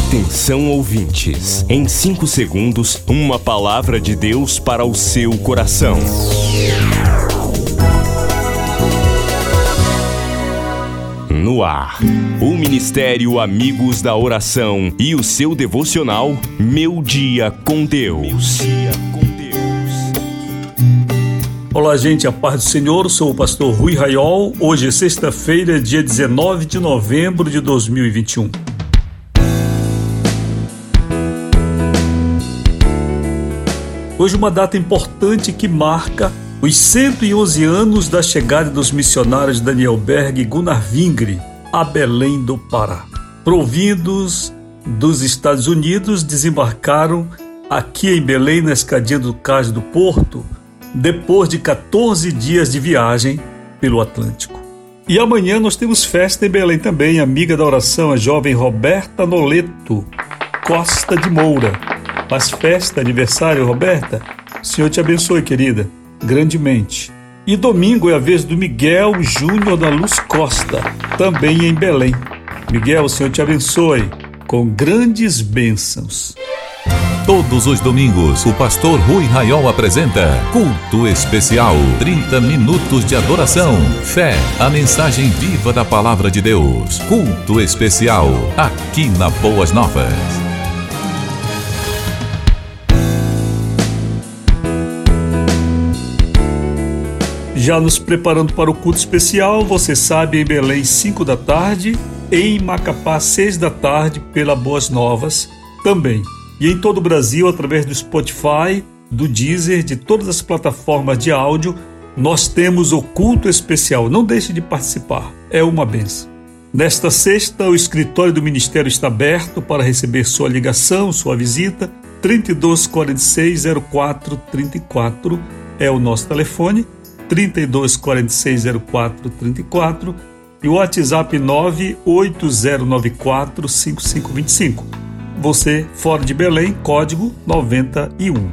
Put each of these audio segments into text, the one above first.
Atenção, ouvintes. Em 5 segundos, uma palavra de Deus para o seu coração. No ar, o Ministério Amigos da Oração e o seu devocional Meu Dia com Deus. Olá, gente, a paz do Senhor. Sou o pastor Rui Raiol. Hoje é sexta-feira, dia 19 de novembro de 2021. Hoje uma data importante que marca os 111 anos da chegada dos missionários Daniel Berg e Gunnar Wingre a Belém do Pará. Provindos dos Estados Unidos, desembarcaram aqui em Belém, na escadinha do Cais do Porto, depois de 14 dias de viagem pelo Atlântico. E amanhã nós temos festa em Belém também. Amiga da oração, a jovem Roberta Noleto Costa de Moura. Faz festa, aniversário, Roberta. O Senhor te abençoe, querida, grandemente. E domingo é a vez do Miguel Júnior da Luz Costa, também em Belém. Miguel, o Senhor te abençoe com grandes bênçãos. Todos os domingos, o pastor Rui Raiol apresenta Culto Especial, 30 minutos de adoração, fé, a mensagem viva da Palavra de Deus. Culto Especial, aqui na Boas Novas. Já nos preparando para o culto especial, você sabe, em Belém 5 da tarde, em Macapá 6 da tarde, pela Boas Novas também. E em todo o Brasil, através do Spotify, do Deezer, de todas as plataformas de áudio, nós temos o culto especial. Não deixe de participar, é uma bênção. Nesta sexta, o escritório do Ministério está aberto para receber sua ligação, sua visita. 3246-0434 é o nosso telefone. 3246-0434 e o WhatsApp 98094-5525. Você fora de Belém, código 91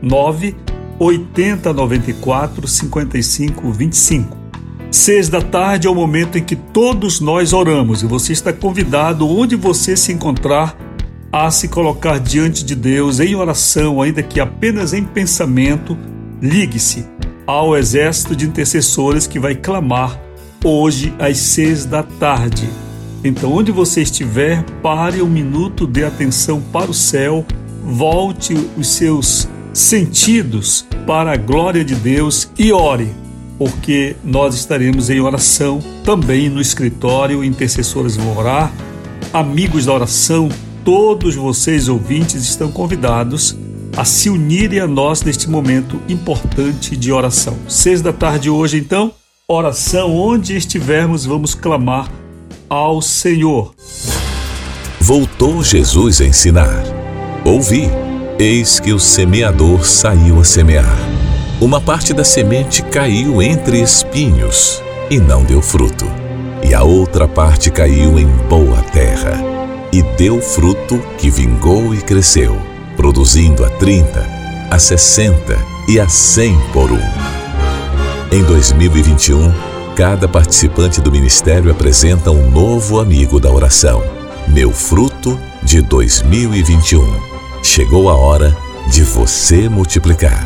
98094-5525. 6 da tarde é o momento em que todos nós oramos e você está convidado, onde você se encontrar, a se colocar diante de Deus em oração, ainda que apenas em pensamento. Ligue-se ao exército de intercessores que vai clamar hoje às 6 da tarde. Então, onde você estiver, pare um minuto, dê atenção para o céu, volte os seus sentidos para a glória de Deus e ore, porque nós estaremos em oração também no escritório. Intercessores vão orar, amigos da oração, todos vocês ouvintes estão convidados a se unirem a nós neste momento importante de oração. 6 da tarde hoje, então, oração. Onde estivermos, vamos clamar ao Senhor. Voltou Jesus a ensinar. Ouvi, eis que o semeador saiu a semear. Uma parte da semente caiu entre espinhos e não deu fruto. E a outra parte caiu em boa terra e deu fruto, que vingou e cresceu, produzindo a 30, a 60 e a 100 por um. Em 2021, cada participante do ministério apresenta um novo amigo da oração. Meu fruto de 2021. Chegou a hora de você multiplicar.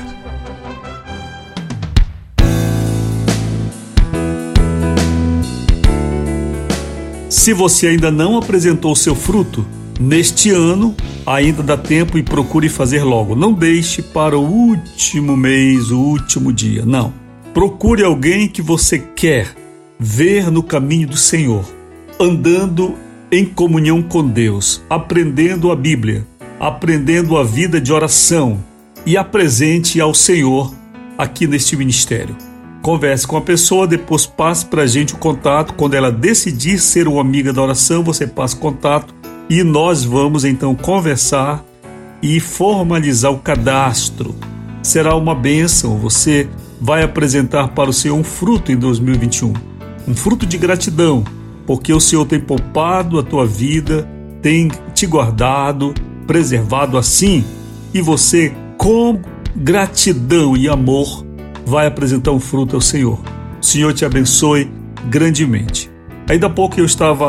Se você ainda não apresentou seu fruto, neste ano ainda dá tempo e procure fazer logo. Não deixe para o último mês, o último dia. Não. Procure alguém que você quer ver no caminho do Senhor, andando em comunhão com Deus, aprendendo a Bíblia, aprendendo a vida de oração, e apresente ao Senhor aqui neste ministério. Converse com a pessoa, depois passe para a gente o contato. Quando ela decidir ser uma amiga da oração, você passa o contato e nós vamos então conversar e formalizar o cadastro. Será uma bênção. Você vai apresentar para o Senhor um fruto em 2021, um fruto de gratidão, porque o Senhor tem poupado a tua vida, tem te guardado, preservado assim, e você, com gratidão e amor, vai apresentar um fruto ao Senhor. O Senhor te abençoe grandemente. Ainda há pouco eu estava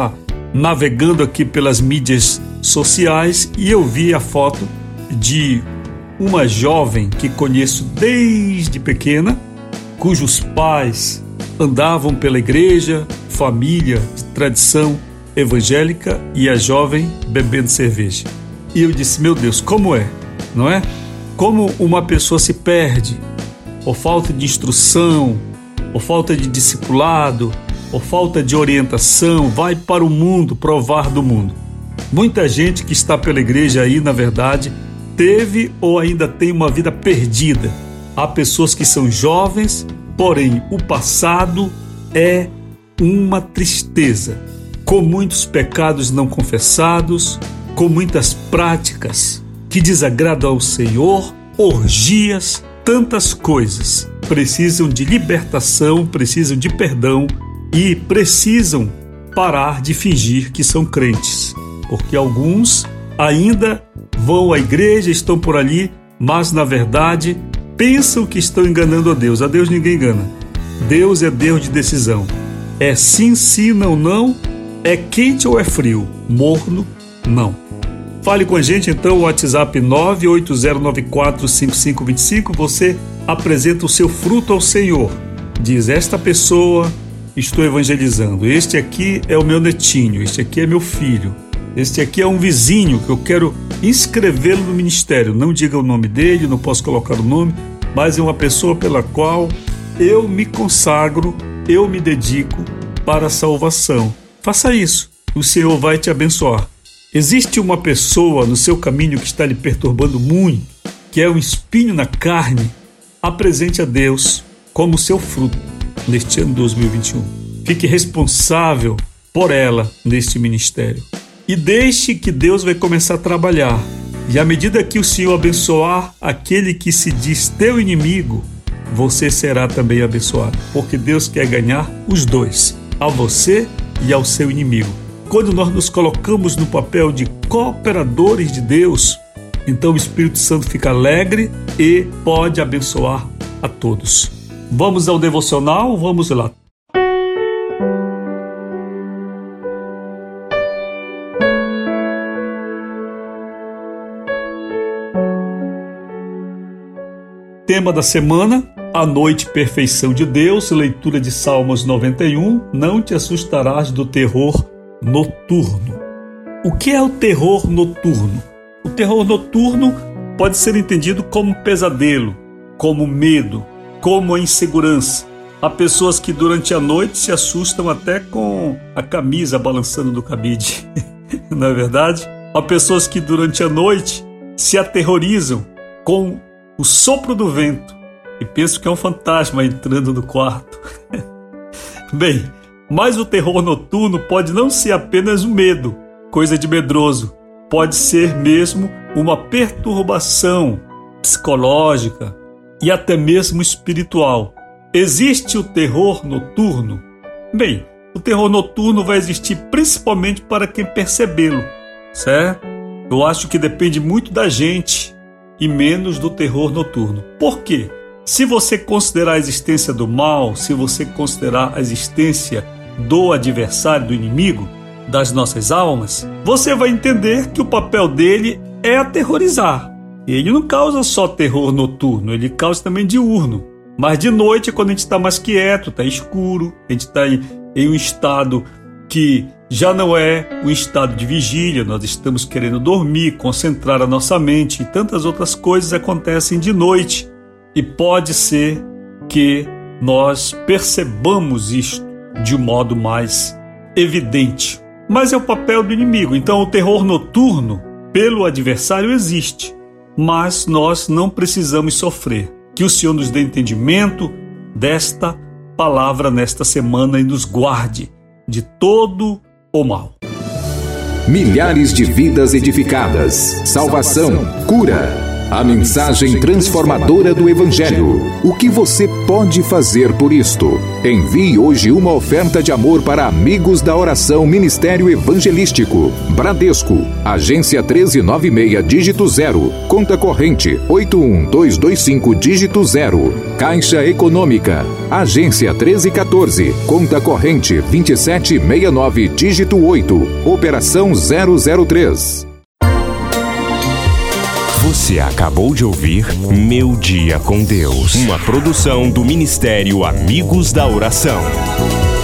navegando aqui pelas mídias sociais e eu vi a foto de uma jovem que conheço desde pequena, cujos pais andavam pela igreja, família de tradição evangélica, e a jovem bebendo cerveja. E eu disse, meu Deus, como é? Não é? Como uma pessoa se perde, por falta de instrução, por falta de discipulado, por falta de orientação, vai para o mundo provar do mundo. Muita gente que está pela igreja aí, na verdade, teve ou ainda tem uma vida perdida. Há pessoas que são jovens, porém o passado é uma tristeza, com muitos pecados não confessados, com muitas práticas que desagradam ao Senhor, orgias, tantas coisas. Precisam de libertação, precisam de perdão e precisam parar de fingir que são crentes, porque alguns ainda vão à igreja, estão por ali, mas na verdade pensam que estão enganando a Deus. A Deus ninguém engana. Deus é Deus de decisão. É sim, sim, não, não. É quente ou é frio? Morno, não. Fale com a gente então, o WhatsApp 980945525. Você apresenta o seu fruto ao Senhor. Diz, esta pessoa estou evangelizando. Este aqui é o meu netinho, este aqui é meu filho. Este aqui é um vizinho que eu quero inscrevê-lo no ministério. Não diga o nome dele, não posso colocar o nome, mas é uma pessoa pela qual eu me consagro, eu me dedico para a salvação. Faça isso, o Senhor vai te abençoar. Existe uma pessoa no seu caminho que está lhe perturbando muito, que é um espinho na carne. Apresente a Deus como seu fruto neste ano 2021. Fique responsável por ela neste ministério. E deixe que Deus vai começar a trabalhar. E à medida que o Senhor abençoar aquele que se diz teu inimigo, você será também abençoado. Porque Deus quer ganhar os dois, a você e ao seu inimigo. Quando nós nos colocamos no papel de cooperadores de Deus, então o Espírito Santo fica alegre e pode abençoar a todos. Vamos ao devocional? Vamos lá. Tema da semana, a noite perfeição de Deus, leitura de Salmos 91, não te assustarás do terror noturno. O que é o terror noturno? O terror noturno pode ser entendido como pesadelo, como medo, como a insegurança. Há pessoas que durante a noite se assustam até com a camisa balançando no cabide, não é verdade? Há pessoas que durante a noite se aterrorizam com o sopro do vento e pensam que é um fantasma entrando no quarto. Bem, mas o terror noturno pode não ser apenas um medo, coisa de medroso. Pode ser mesmo uma perturbação psicológica e até mesmo espiritual. Existe o terror noturno? Bem, o terror noturno vai existir principalmente para quem percebê-lo, certo? Eu acho que depende muito da gente e menos do terror noturno. Por quê? Se você considerar a existência do mal, se você considerar a existência do adversário, do inimigo das nossas almas, você vai entender que o papel dele é aterrorizar. Ele não causa só terror noturno, ele causa também diurno. Mas de noite, quando a gente está mais quieto, está escuro, a gente está em um estado que já não é um estado de vigília, nós estamos querendo dormir, concentrar a nossa mente, e tantas outras coisas acontecem de noite. E pode ser que nós percebamos isto de um modo mais evidente. Mas é o papel do inimigo. Então o terror noturno pelo adversário existe, mas nós não precisamos sofrer. Que o Senhor nos dê entendimento desta palavra nesta semana e nos guarde de todo o mal. Milhares de vidas edificadas, salvação, cura. A mensagem transformadora do Evangelho. O que você pode fazer por isto? Envie hoje uma oferta de amor para Amigos da Oração Ministério Evangelístico. Bradesco, agência 1396, dígito 0. Conta corrente 81225, dígito 0. Caixa Econômica, agência 1314. Conta corrente 2769, dígito 8. Operação 003. Você acabou de ouvir Meu Dia com Deus, uma produção do Ministério Amigos da Oração.